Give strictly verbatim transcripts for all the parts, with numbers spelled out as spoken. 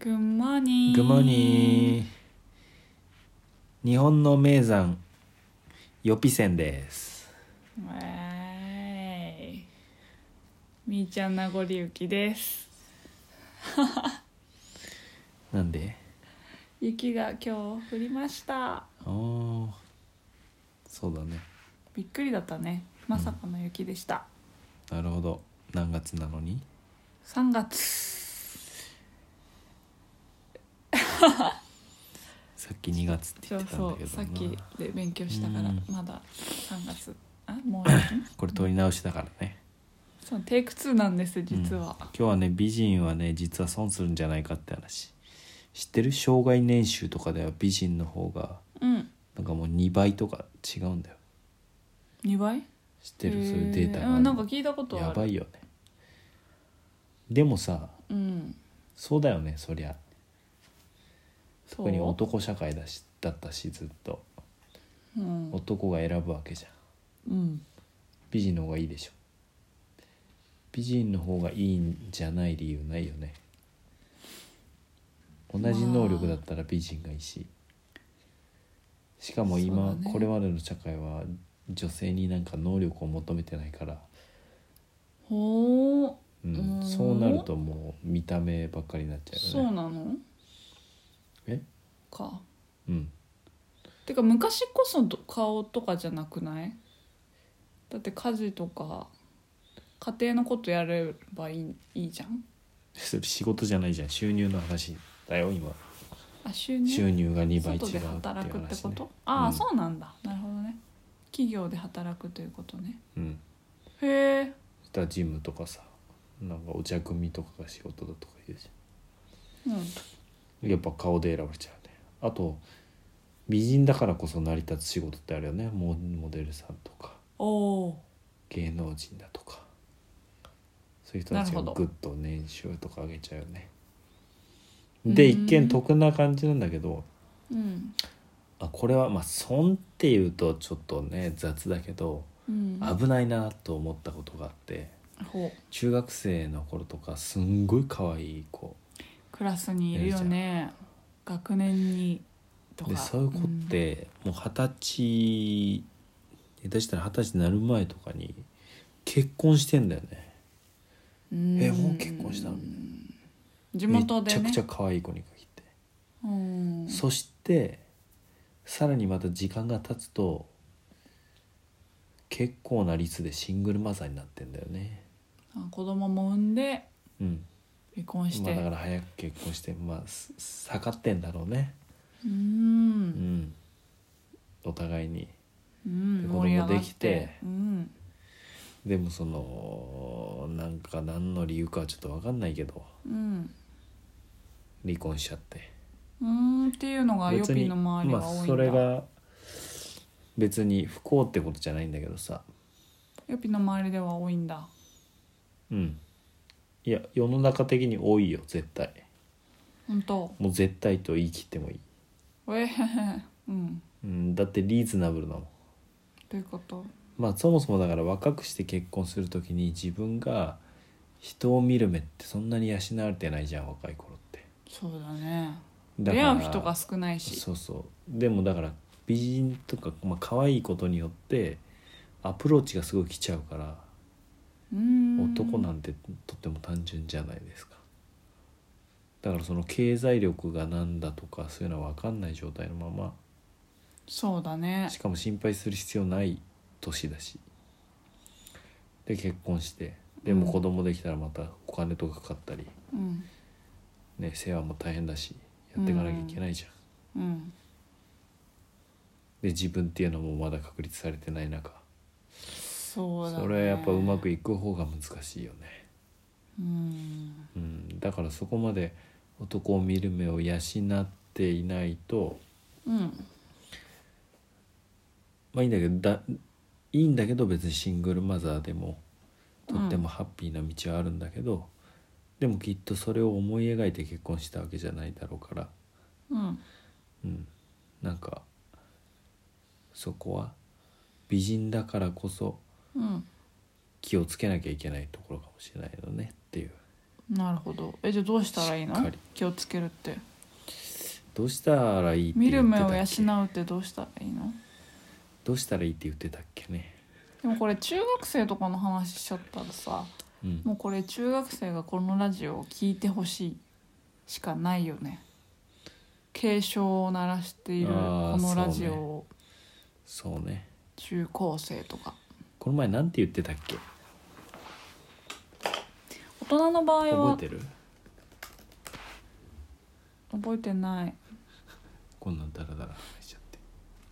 グッモーニー。 グッモーニー。日本の名山予備選です。 わーい。みーちゃん名残雪です。 なんで？ 雪が今日降りました。 おー、そうだね。 びっくりだったね。まさかの雪でした。 なるほど。何月なのに？ さんがつ。 さっきにがつって言ってたんだけどな。 そうそう、さっきで勉強したから、 うんまださんがつ。あ、もういいこれ撮り直しだからね。 そう、テイクツーなんです実は、 うん、今日はね、美人はね実は損するんじゃないかって話。知ってる？生涯年収とかでは美人の方がうんなんかもうにばいとか違うんだよ。 にばい？ 知ってる？そういうデータがある。 うん、なんか聞いたことある。 やばいよね。でもさ、 うん、 そうだよね、そりゃ。 そう特に男社会だしだったし、ずっと、 うん、 男が選ぶわけじゃん。 うん、 美人の方がいいでしょ。美人の方がいいんじゃない理由ないよね。同じ能力だったら美人がいいし、しかも今、 そうだね、 これまでの社会は女性になんか能力を求めてないから、 ほー、 うん、 うんそうなるともう見た目ばっかりになっちゃうよね。 そうなのえか。 うんてか昔こそ顔とかじゃなくない？だって家事とか家庭のことやればいい、いいじゃん。 それ仕事じゃないじゃん。収入の話だよ今。 あ、収入収入がにばい違うっていう話、ね、 外で働くってこと？ああ、 うん、 そうなんだ。なるほどね。企業で働くということね。 うんへえ。 そしたらジムとかさ、なんかお茶組みとかが仕事だとか言うじうんゃん。やっぱ顔で選ばれちゃうね。あと美人だからこそ成り立つ仕事ってあるよね。モモデルさんとかおお。 芸能人だとか、そういう人たちがなるほどグッと年収とか上げちゃうよね。で一見得な感じなんだけど、 うんあ、これはまあ損っていうとちょっとね雑だけど、 うん危ないなと思ったことがあって、 ほう。 中学生の頃とかすんごい可愛い子クラスにいるよね。学年にとかで、そういう子ってもう二十歳、下手したら二十歳になる前とかに結婚してんだよね。 うん、 えもう結婚したの？ 地元でね。 めちゃくちゃ可愛い子に限って、 うん、 そしてさらにまた時間が経つと結構な率でシングルマザーになってんだよね。 あ、子供も産んでうん離婚して、 まあ、だから早く結婚してまあ盛ってんだろうね。 うーん、 うんお互いに。 うん、 で子供盛り上がってできて、 うん、 でもそのなんか何の理由かはちょっと分かんないけどうん離婚しちゃって、 うーんっていうのがヨピの周りは多いんだ。 まあそれが別に不幸ってことじゃないんだけどさ。 ヨピの周りでは多いんだ。 うんいや世の中的に多いよ絶対。 本当？ もう絶対と言い切ってもいい。 えへへ、うん。 うん、だってリーズナブルなもん。 どういうこと？ まあそもそもだから若くして結婚するときに自分が人を見る目ってそんなに養われてないじゃん若い頃って。 そうだね。 だから出会う人が少ないし。 そうそうでもだから美人とか、まあ可愛いことによってアプローチがすごい来ちゃうから、 うーん男なんてとっても単純じゃないですか。だからその経済力がなんだとかそういうのは分かんない状態のまま、 そうだね。 しかも心配する必要ない年だし、で結婚してでも子供できたらまたお金とかかかったり、 うんね、世話も大変だしやっていかなきゃいけないじゃん、 うん。 で自分っていうのもまだ確立されてない中、 そうだね。 それはやっぱうまくいく方が難しいよね。 うんうん、だからそこまで男を見る目を養っていないと、 うんまあいいんだけどだいいんだけど別にシングルマザーでもとってもハッピーな道はあるんだけど、でもきっとそれを思い描いて結婚したわけじゃないだろうから、 うんうん、なんかそこは美人だからこそうん。 気をつけなきゃいけないところかもしれないよねっていう。 なるほど。えじゃあどうしたらいいのしっかり？ 気をつけるって。 どうしたらいいって見る言ってたっ目をけ？ 養うってどうしたらいいの？ どうしたらいいって言ってたっけね。 でもこれ中学生とかの話しちゃったらさ、 うんもうこれ中学生がこのラジオを聞いてほしいしかないよね。警鐘を鳴らしているあーこのラジオをそうね。 中高生とか。 この前なんて言ってたっけ？ 大人の場合は覚えてる？ 覚えてない。 こんなんダラダラ話しちゃって。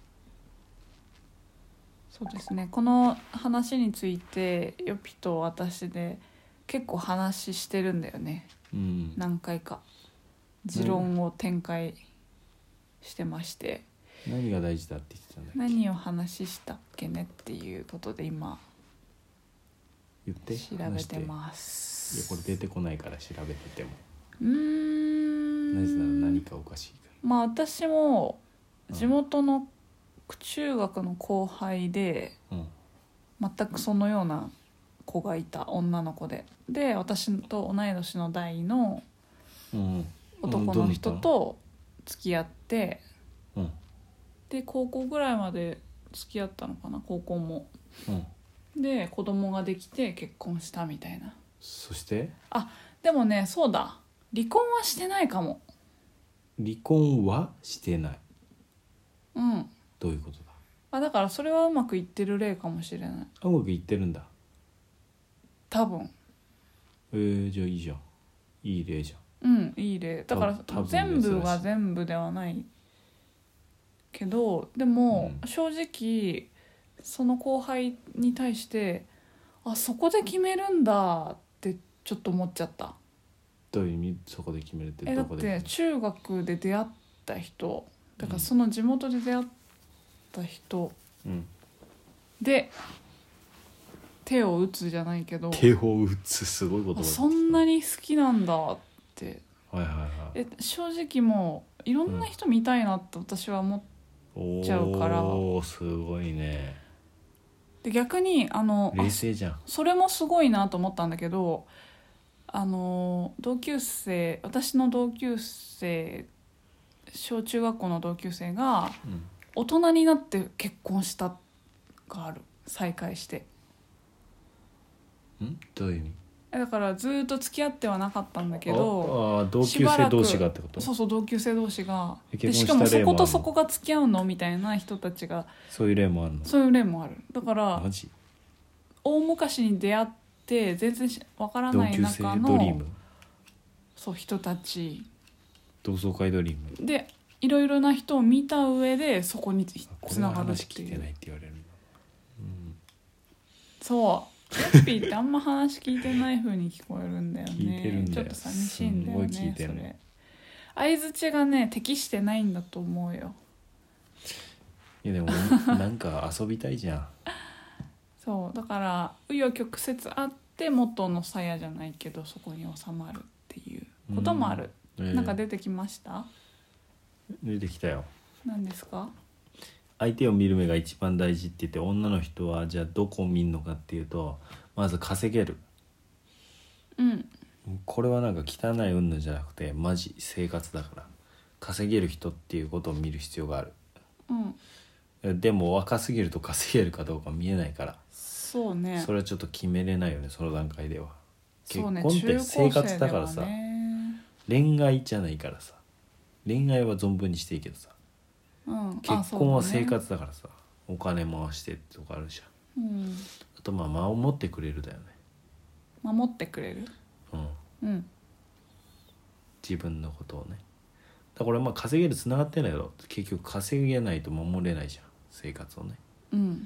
そうですね、この話についてヨピと私で結構話してるんだよね。 うん何回か持論を展開してまして、 何が大事だって言ってたんだっけ？ 何を話したっけねっていうことで今言って調べてまいやす。 これ出てこないから調べててもうーんなぜなら何かおかしいかまあ私も地元の中学の後輩でら。うん全くそのような子がいた、女の子でで私と同い年の代のうん男の人うんと付き合って、 うんで高校ぐらいまで付き合ったのかな、高校も。 うんで子供ができて結婚したみたいな。 そしてでもね、そうだ、離婚はしてないかも。 離婚はしてない。 うんどういうことだ？ あだからそれはうまくいってる例かもしれない、 うまくいってるんだ。 多分。 えー、じゃあいいじゃん。いい例じうんいい例だから多分全部が珍しい全部ではないけど、でも、 うん正直その後輩に対してあそこで決めるんだってちょっと思っちゃった。 どういう意味？そこで決めるってえだっどこで決める？ て中学で出会った人だかうんらその地元で出会った人うんで手を打つじゃないけど、 手を打つ、すごいことだ。 あそんなに好きなんだってはいはいはい。 え正直もういろんな人見たいなって私は思っちゃうからおーすごいね。 て、逆にあのあ冷静じゃん。 それもすごいなと思ったんだけど、あの同級生私の同級生小中学校の同級生がうん大人になって結婚したがある、再会して。 んどういう意味？ えだからずっと付き合ってはなかったんだけど、 ああ同級生同士がってこと？ そうそう同級生同士がでえ結しかもそ婚した例もあるの？ ことそこが付き合うのみたいな人たちがそういう例もあるの？ そういう例もある。だからマジ？ 大昔に出会って全然わからない同級生中のドリーム？ そう人たち同窓会ドリーム？ でいろいろな人を見た上でそこにつこれはながるっ話ていう。 聞いてないって言われるんだ。うんそうヨッピーってあんま話聞いてない風に聞こえるんだよね。 聞いてるんだよちょっと寂しいんだよね。 すんごい聞いてるのそれ相槌がね適してないんだと思うよ。 いやでもなんか遊びたいじゃん。 そうだから紆余曲折あって元の鞘じゃないけどそこに収まるっていうこともある。 えーなんか出てきました？ 出てきたよ。 何ですか？ 相手を見る目が一番大事って言って、女の人はじゃあどこを見るのかっていうと、まず稼げる。 うんこれはなんか汚い云々じゃなくてマジ生活だから、稼げる人っていうことを見る必要がある。 うんでも若すぎると稼げるかどうか見えないから、 そうねそれはちょっと決めれないよね、その段階では。結そうね婚って生活だからさ、 中高生ではね恋愛じゃないからさ。恋愛は存分にしていいけどさ、 うん、 結婚は生活だからさ、お金回してとかあるじゃん。 うん、 あとまあ守ってくれるだよね。 守ってくれる。 うん、 うん自分のことをね。だからこれまあ稼げるつながってないだろう。結局稼げないと守れないじゃん、生活をね。 うん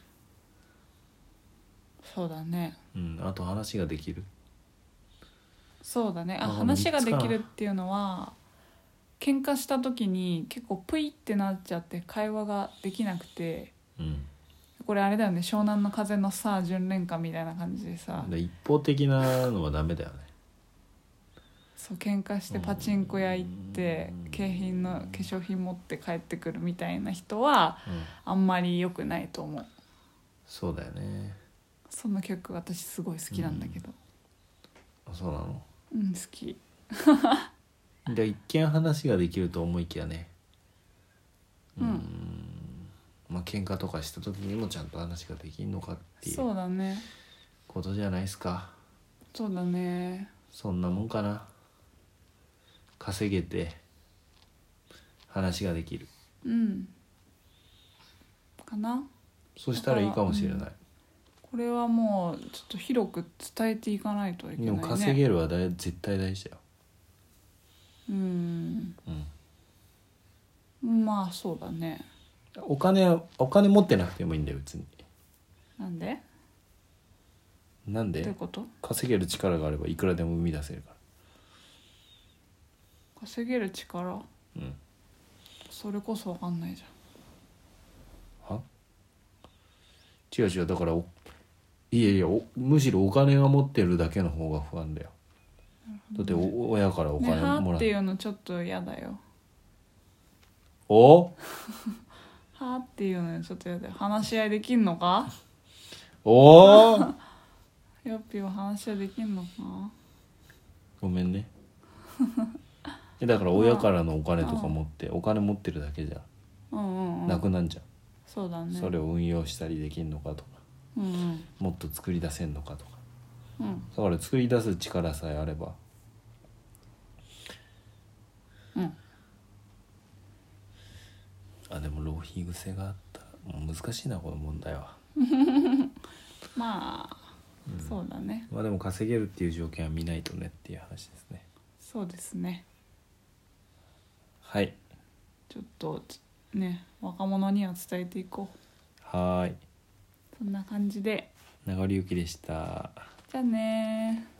そうだねうん、あと話ができる。 そうだねあまあ話ができるっていうのは喧嘩した時に結構プイってなっちゃって会話ができなくて、 うん、 これあれだよね、湘南の風のさ純恋歌みたいな感じでさ、 で一方的なのはダメだよね。 そう喧嘩してパチンコ屋行って景品の化粧品持って帰ってくるみたいな人はうん、 あんまり良くないと思う。 そうだよね。 その曲私すごい好きなんだけど、 あ、そうなの？ うん好き。 で一見話ができると思いきやね、 うん、 うーんまあ喧嘩とかした時にもちゃんと話ができんのかっていうそうだねことじゃないですか。 そうだね。 そんなもんかな。稼げて話ができる、 うんかな。 そしたらいいかもしれない、 うん、これはもうちょっと広く伝えていかないといけないね。 でも稼げるは大絶対大事だよ。 うんうんまあそうだね。 お金はお金持ってなくてもいいんだよ別に。 なんでなんでどういうこと？ 稼げる力があればいくらでも生み出せるか稼げる力、 ら。うんそれこそ分かんないじは違う違う、だからおいやいやおむしろお金が持ってるだけの方が不安だよ。だってお親からおゃん。ね金もらう、 はっていうのちょっと嫌だよ。 おはっていうのちょっと嫌だよ。話し合いできんのか？ おーよっぴーは話し合いできんのか？ ごめんねえだから親からのお金とか持ってお金持ってるだけじゃうんうんうんなくなんじゃん、 そうだね。 それを運用したりできんのかとかうんうんもっと作り出せんのかとか、 うんだから作り出す力さえあれば。 うんあでも浪費癖があったらもう難しいなこの問題はまあ、うん、そうだね。 まあでも稼げるっていう条件は見ないとねっていう話ですね。 そうですね。 はいちょっとね若者には伝えていこう。 はーいそんな感じで名残ゆきでした。 じゃあねー。